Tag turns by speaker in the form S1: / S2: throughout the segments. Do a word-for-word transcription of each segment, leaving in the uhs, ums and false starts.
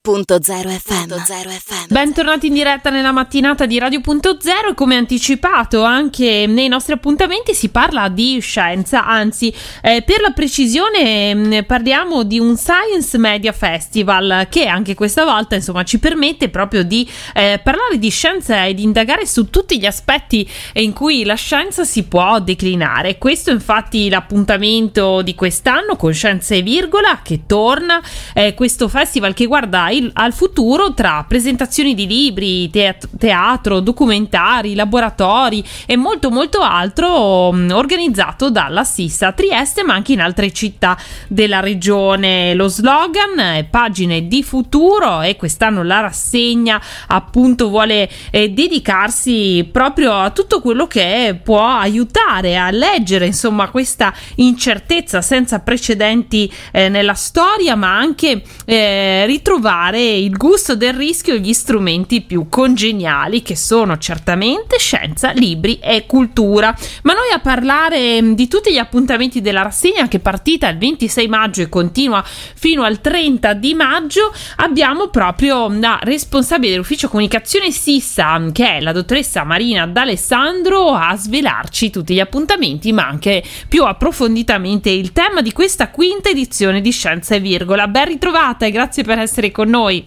S1: Punto zero F M.
S2: Bentornati in diretta nella mattinata di Radio Punto Zero e come anticipato anche nei nostri appuntamenti si parla di scienza, anzi eh, per la precisione mh, parliamo di un Science Media Festival che anche questa volta insomma ci permette proprio di eh, parlare di scienza e di indagare su tutti gli aspetti in cui la scienza si può declinare. Questo infatti l'appuntamento di quest'anno con Scienza e Virgola che torna, eh, questo festival che guarda Il, al futuro tra presentazioni di libri, teat- teatro, documentari, laboratori e molto molto altro mh, organizzato dalla SISSA a Trieste ma anche in altre città della regione. Lo slogan è Pagine di futuro e quest'anno la rassegna appunto vuole eh, dedicarsi proprio a tutto quello che può aiutare a leggere insomma questa incertezza senza precedenti eh, nella storia ma anche eh, ritrovare il gusto del rischio e gli strumenti più congeniali che sono certamente scienza, libri e cultura. Ma noi a parlare di tutti gli appuntamenti della rassegna che è partita il ventisei maggio e continua fino al trenta di maggio abbiamo proprio la responsabile dell'ufficio comunicazione SISSA che è la dottoressa Marina D'Alessandro a svelarci tutti gli appuntamenti ma anche più approfonditamente il tema di questa quinta edizione di Scienza e Virgola. Ben ritrovata e grazie per essere con noi.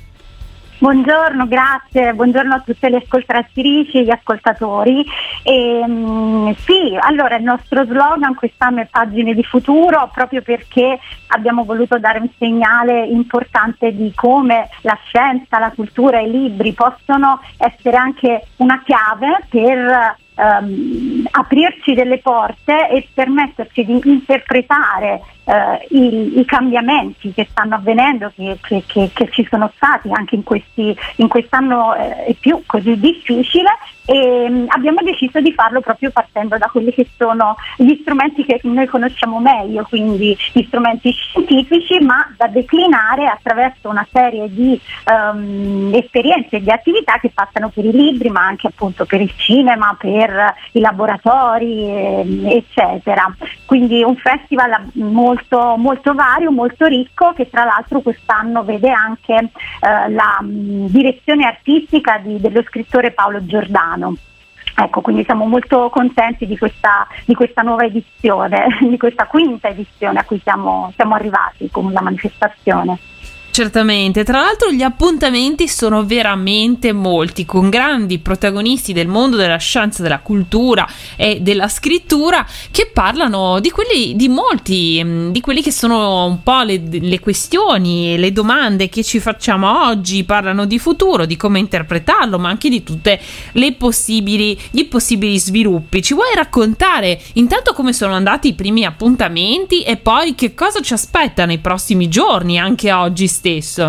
S3: Buongiorno, grazie, buongiorno a tutte le ascoltatrici e gli ascoltatori. E, um, sì, allora il nostro slogan quest'anno è Pagine di futuro proprio perché abbiamo voluto dare un segnale importante di come la scienza, la cultura e i libri possono essere anche una chiave per Um, aprirci delle porte e permetterci di interpretare uh, i, i cambiamenti che stanno avvenendo, che, che, che, che ci sono stati anche in, questi, in quest'anno eh, e più così difficile e um, abbiamo deciso di farlo proprio partendo da quelli che sono gli strumenti che noi conosciamo meglio, quindi gli strumenti scientifici ma da declinare attraverso una serie di um, esperienze e di attività che passano per i libri ma anche appunto per il cinema, per i laboratori eccetera, quindi un festival molto molto vario, molto ricco che tra l'altro quest'anno vede anche eh, la mh, direzione artistica di, dello scrittore Paolo Giordano. Ecco, quindi siamo molto contenti di questa, di questa nuova edizione, di questa quinta edizione a cui siamo, siamo arrivati con la manifestazione.
S2: Certamente, tra l'altro gli appuntamenti sono veramente molti, con grandi protagonisti del mondo della scienza, della cultura e della scrittura che parlano di quelli, di molti, di quelli che sono un po' le, le questioni, le domande che ci facciamo oggi, parlano di futuro, di come interpretarlo, ma anche di tutte le possibili, gli possibili sviluppi. Ci vuoi raccontare intanto come sono andati i primi appuntamenti e poi che cosa ci aspetta nei prossimi giorni, anche oggi stesso?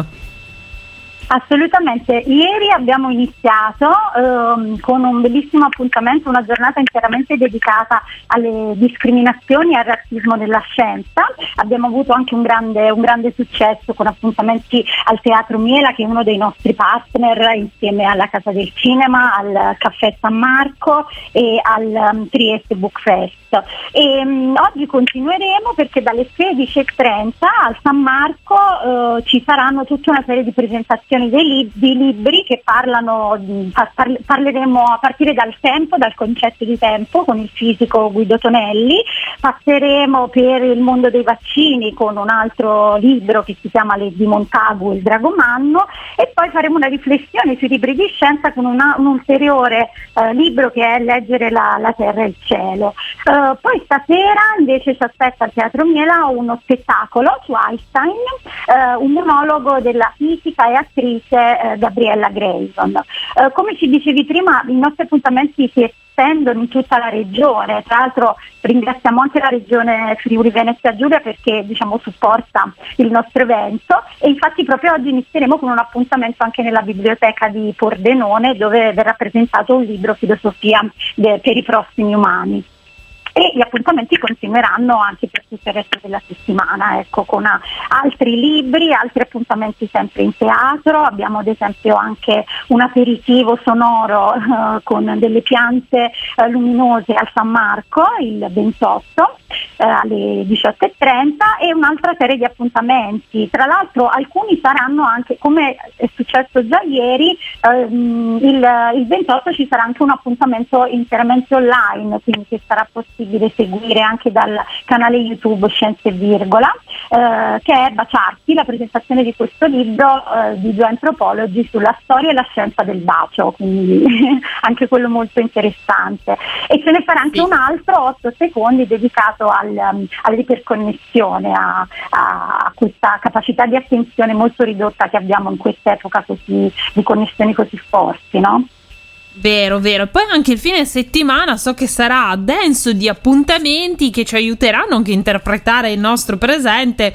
S3: Assolutamente, ieri abbiamo iniziato ehm, con un bellissimo appuntamento, una giornata interamente dedicata alle discriminazioni e al razzismo nella scienza. Abbiamo avuto anche un grande, un grande successo con appuntamenti al Teatro Miela che è uno dei nostri partner insieme alla Casa del Cinema, al Caffè San Marco e al um, Trieste Book Fest. E, um, oggi continueremo perché dalle sedici e trenta al San Marco uh, ci saranno tutta una serie di presentazioni Dei, lib- di libri che parlano, di, par- parleremo a partire dal tempo, dal concetto di tempo con il fisico Guido Tonelli, passeremo per il mondo dei vaccini con un altro libro che si chiama Le di Montagu, il Dragomanno e poi faremo una riflessione sui libri di scienza con una, un ulteriore uh, libro che è Leggere la, la terra e il cielo. Uh, poi stasera invece ci aspetta al Teatro Miela uno spettacolo su Einstein, uh, un monologo della fisica e attrice Eh, Gabriella Grayson. Eh, come ci dicevi prima, i nostri appuntamenti si estendono in tutta la regione, tra l'altro ringraziamo anche la regione Friuli Venezia Giulia perché diciamo supporta il nostro evento e infatti proprio oggi inizieremo con un appuntamento anche nella biblioteca di Pordenone dove verrà presentato un libro Filosofia de- per i prossimi umani. e gli appuntamenti continueranno anche per tutto il resto della settimana, ecco, con a, altri libri, altri appuntamenti sempre in teatro. Abbiamo ad esempio anche un aperitivo sonoro eh, con delle piante eh, luminose al San Marco il ventotto eh, alle diciotto e trenta, e un'altra serie di appuntamenti. Tra l'altro alcuni saranno anche, come è successo già ieri, ehm, il, il ventotto ci sarà anche un appuntamento interamente online, quindi che sarà possibile seguire anche dal canale YouTube Scienza e Virgola, eh, che è Baciarti, la presentazione di questo libro eh, di due antropologi sulla storia e la scienza del bacio, quindi anche quello molto interessante. E ce ne sarà anche sì. un altro, otto secondi, dedicato al, um, all'iperconnessione, a, a questa capacità di attenzione molto ridotta che abbiamo in quest'epoca così, di connessioni così forti, no?
S2: Vero, vero. E poi anche il fine settimana so che sarà denso di appuntamenti che ci aiuteranno anche a interpretare il nostro presente,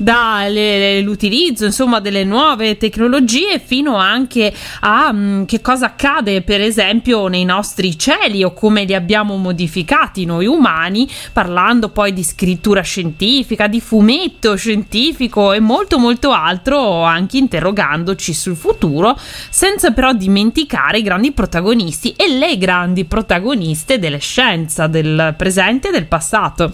S2: dall'utilizzo insomma delle nuove tecnologie fino anche a mh, che cosa accade per esempio nei nostri cieli o come li abbiamo modificati noi umani, parlando poi di scrittura scientifica, di fumetto scientifico e molto molto altro, anche interrogandoci sul futuro, senza però dimenticare i grandi protagonisti e le grandi protagoniste delle scienze del presente e del passato.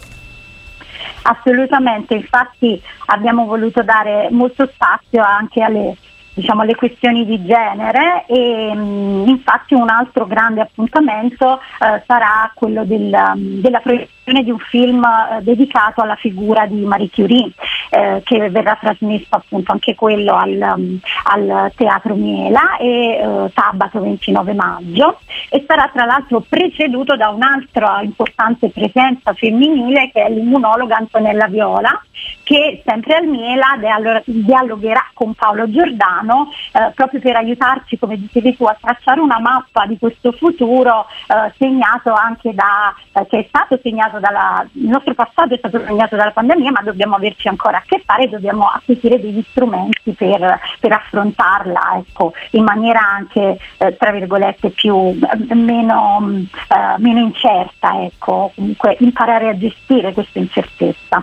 S3: Assolutamente, infatti abbiamo voluto dare molto spazio anche alle, diciamo, alle questioni di genere, e mh, infatti un altro grande appuntamento eh, sarà quello del, um, della proiezione di un film eh, dedicato alla figura di Marie Curie, eh, che verrà trasmesso appunto anche quello al, um, al Teatro Miela e eh, sabato ventinove maggio, e sarà tra l'altro preceduto da un'altra importante presenza femminile che è l'immunologa Antonella Viola, che sempre al Miela dialogherà con Paolo Giordano eh, proprio per aiutarci, come dicevi tu, a tracciare una mappa di questo futuro eh, segnato anche da eh, che è stato segnato dalla il nostro passato è stato segnato dalla pandemia, ma dobbiamo averci ancora a che fare, dobbiamo acquisire degli strumenti per, per affrontarla, ecco, in maniera anche eh, tra virgolette più eh, meno, eh, meno incerta, ecco, comunque imparare a gestire questa incertezza.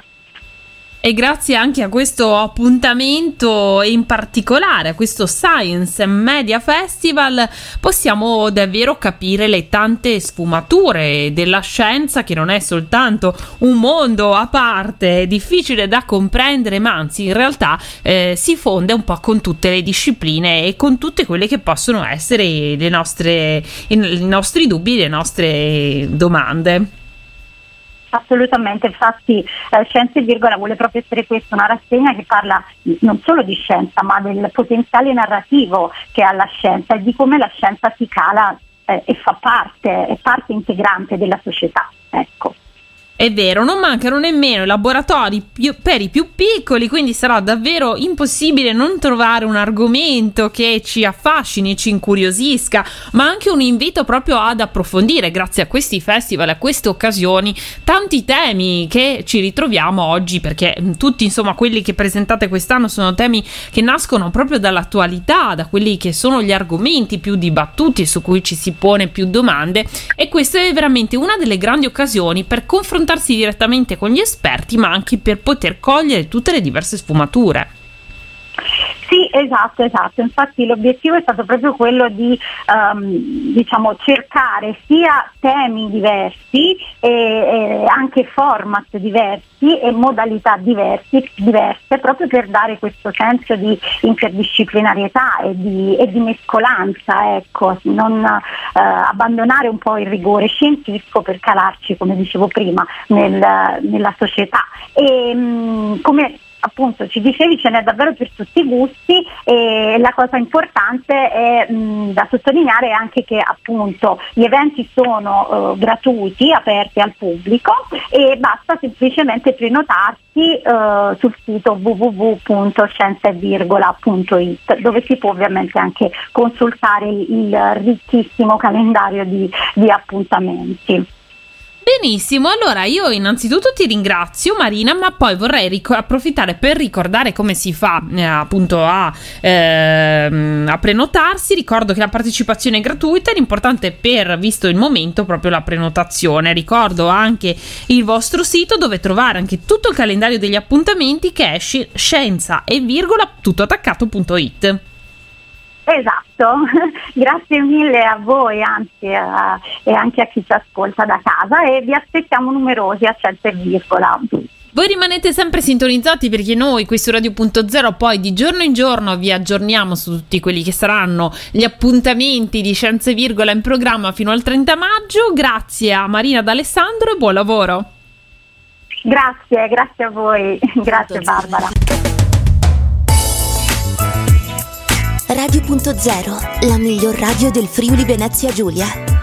S2: E grazie anche a questo appuntamento e in particolare a questo Science Media Festival possiamo davvero capire le tante sfumature della scienza, che non è soltanto un mondo a parte difficile da comprendere, ma anzi in realtà eh, si fonde un po' con tutte le discipline e con tutte quelle che possono essere le nostre, i nostri dubbi, le nostre domande.
S3: Assolutamente, infatti eh, Scienza e Virgola vuole proprio essere questa, una rassegna che parla non solo di scienza ma del potenziale narrativo che ha la scienza e di come la scienza si cala eh, e fa parte, è parte integrante della società, ecco.
S2: È vero, non mancano nemmeno i laboratori più, per i più piccoli, quindi sarà davvero impossibile non trovare un argomento che ci affascini, ci incuriosisca, ma anche un invito proprio ad approfondire, grazie a questi festival, a queste occasioni, tanti temi che ci ritroviamo oggi, perché tutti insomma quelli che presentate quest'anno sono temi che nascono proprio dall'attualità, da quelli che sono gli argomenti più dibattuti su cui ci si pone più domande, e questa è veramente una delle grandi occasioni per confrontare direttamente con gli esperti, ma anche per poter cogliere tutte le diverse sfumature.
S3: Sì, esatto, esatto. Infatti l'obiettivo è stato proprio quello di um, diciamo cercare sia temi diversi e, e anche format diversi e modalità diversi, diverse, proprio per dare questo senso di interdisciplinarietà e di, e di mescolanza, ecco, non uh, abbandonare un po' il rigore scientifico per calarci, come dicevo prima, nel, nella società. E um, come appunto ci dicevi, ce n'è davvero per tutti i gusti, e la cosa importante è mh, da sottolineare anche che appunto gli eventi sono uh, gratuiti, aperti al pubblico, e basta semplicemente prenotarsi uh, sul sito w w w punto scienza e virgola punto i t, dove si può ovviamente anche consultare il ricchissimo calendario di, di appuntamenti.
S2: Benissimo, allora io innanzitutto ti ringrazio Marina, ma poi vorrei ric- approfittare per ricordare come si fa eh, appunto a, ehm, a prenotarsi. Ricordo che la partecipazione è gratuita, l'importante per, visto il momento, proprio la prenotazione. Ricordo anche il vostro sito dove trovare anche tutto il calendario degli appuntamenti, che è sci- scienza e virgola tuttoattaccato.it.
S3: Esatto, grazie mille a voi, anzi a, e anche a chi ci ascolta da casa, e vi aspettiamo numerosi a Scienza e Virgola.
S2: Voi rimanete sempre sintonizzati, perché noi qui su Radio Punto Zero poi di giorno in giorno vi aggiorniamo su tutti quelli che saranno gli appuntamenti di Scienza e Virgola in programma fino al trenta maggio. Grazie a Marina D'Alessandro e buon lavoro.
S3: Grazie, grazie a voi, grazie Barbara.
S1: Radio Punto Zero, la miglior radio del Friuli Venezia Giulia.